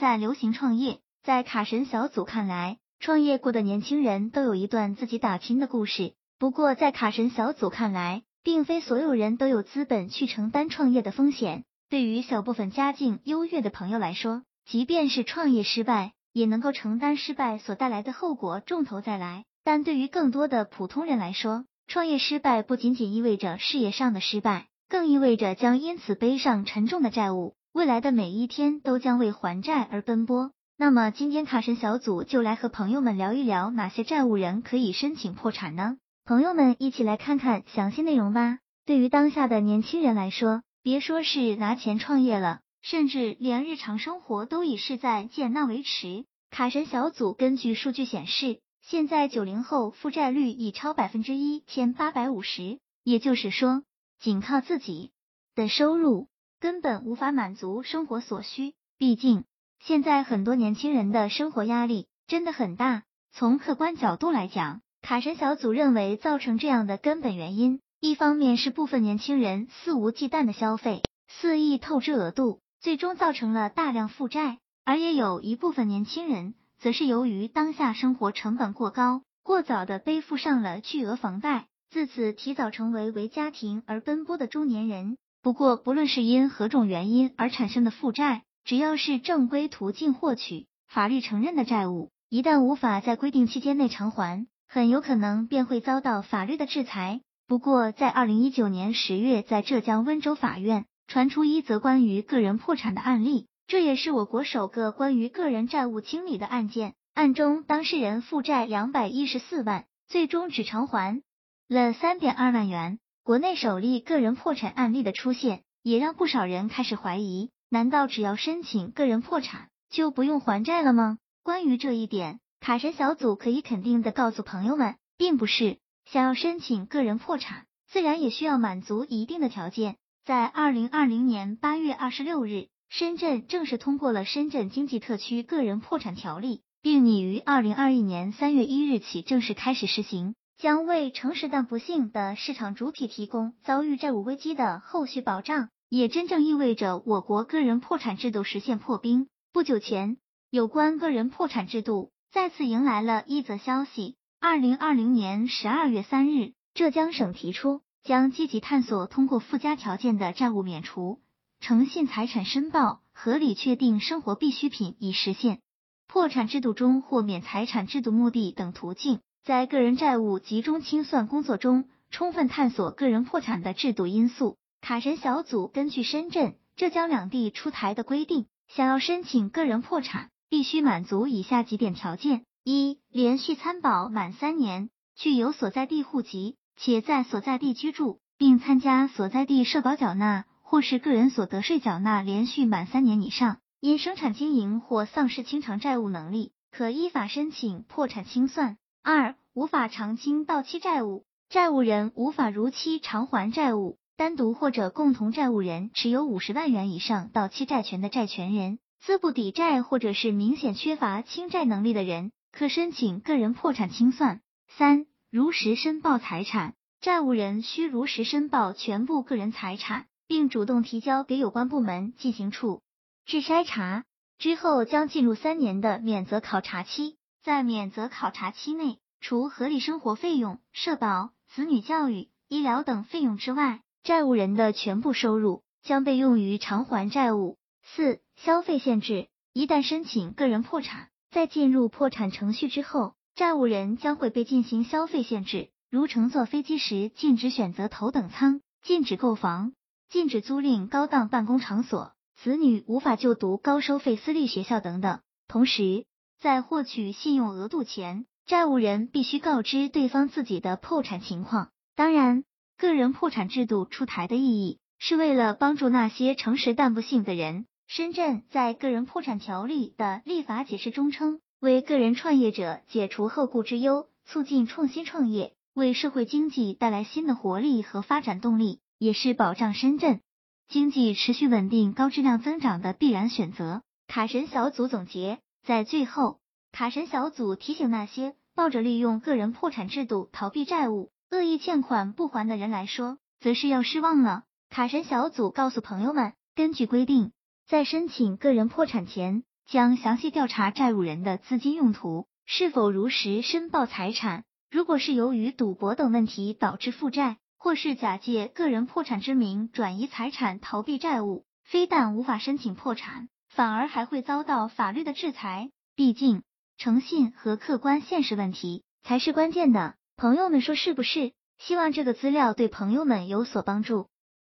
在流行创业，在卡神小组看来，创业过的年轻人都有一段自己打拼的故事。不过在卡神小组看来，并非所有人都有资本去承担创业的风险。对于小部分家境优越的朋友来说，即便是创业失败，也能够承担失败所带来的后果，重头再来。但对于更多的普通人来说，创业失败不仅仅意味着事业上的失败，更意味着将因此背上沉重的债务，未来的每一天都将为还债而奔波。那么今天卡神小组就来和朋友们聊一聊哪些债务人可以申请破产呢？朋友们一起来看看详细内容吧。对于当下的年轻人来说，别说是拿钱创业了，甚至连日常生活都已是在见难为迟。卡神小组根据数据显示，现在90后负债率已超1850%，也就是说，仅靠自己的收入根本无法满足生活所需。毕竟，现在很多年轻人的生活压力真的很大。从客观角度来讲，卡神小组认为造成这样的根本原因，一方面是部分年轻人肆无忌惮的消费，肆意透支额度，最终造成了大量负债，而也有一部分年轻人则是由于当下生活成本过高，过早的背负上了巨额房贷，自此提早成为家庭而奔波的中年人。不过不论是因何种原因而产生的负债，只要是正规途径获取，法律承认的债务，一旦无法在规定期间内偿还，很有可能便会遭到法律的制裁。不过在2019年10月，在浙江温州法院传出一则关于个人破产的案例，这也是我国首个关于个人债务清理的案件。案中当事人负债214万，最终只偿还了3.2万元。国内首例个人破产案例的出现，也让不少人开始怀疑，难道只要申请个人破产就不用还债了吗？关于这一点，卡神小组可以肯定的告诉朋友们，并不是。想要申请个人破产，自然也需要满足一定的条件。在2020年8月26日，深圳正式通过了《深圳经济特区个人破产条例》，并拟于2021年3月1日起正式开始实行，将为诚实但不幸的市场主体提供遭遇债务危机的后续保障，也真正意味着我国个人破产制度实现破冰。不久前，有关个人破产制度再次迎来了一则消息。2020年12月3日，浙江省提出将积极探索通过附加条件的债务免除、诚信财产申报、合理确定生活必需品以实现破产制度中豁免财产制度目的等途径，在个人债务集中清算工作中充分探索个人破产的制度因素。卡神小组根据深圳、浙江两地出台的规定，想要申请个人破产，必须满足以下几点条件：一、连续参保满3年，具有所在地户籍，且在所在地居住，并参加所在地社保缴纳或是个人所得税缴纳连续满3年以上，因生产经营或丧失清偿债务能力，可依法申请破产清算。二、无法偿清到期债务，债务人无法如期偿还债务，单独或者共同债务人持有50万元以上到期债权的债权人，资不抵债或者是明显缺乏清债能力的人，可申请个人破产清算。三、如实申报财产，债务人需如实申报全部个人财产，并主动提交给有关部门进行处置筛查，之后将进入3年的免责考察期。在免责考察期内，除合理生活费用、社保、子女教育、医疗等费用之外，债务人的全部收入将被用于偿还债务。四、消费限制，一旦申请个人破产，在进入破产程序之后，债务人将会被进行消费限制，如乘坐飞机时禁止选择头等舱，禁止购房，禁止租赁高档办公场所，子女无法就读高收费私立学校等等。同时，在获取信用额度前，债务人必须告知对方自己的破产情况。当然，个人破产制度出台的意义是为了帮助那些诚实但不幸的人。深圳在个人破产条例的立法解释中称，为个人创业者解除后顾之忧，促进创新创业，为社会经济带来新的活力和发展动力，也是保障深圳经济持续稳定高质量增长的必然选择。卡神小组总结，在最后，卡神小组提醒那些抱着利用个人破产制度逃避债务、恶意欠款不还的人来说，则是要失望了。卡神小组告诉朋友们，根据规定，在申请个人破产前， 将详细调查债务人的资金用途，是否如实申报财产。如果是由于赌博等问题导致负债，或是假借个人破产之名转移财产逃避债务，非但无法申请破产，反而还会遭到法律的制裁。毕竟诚信和客观现实问题才是关键的。朋友们说是不是？希望这个资料对朋友们有所帮助。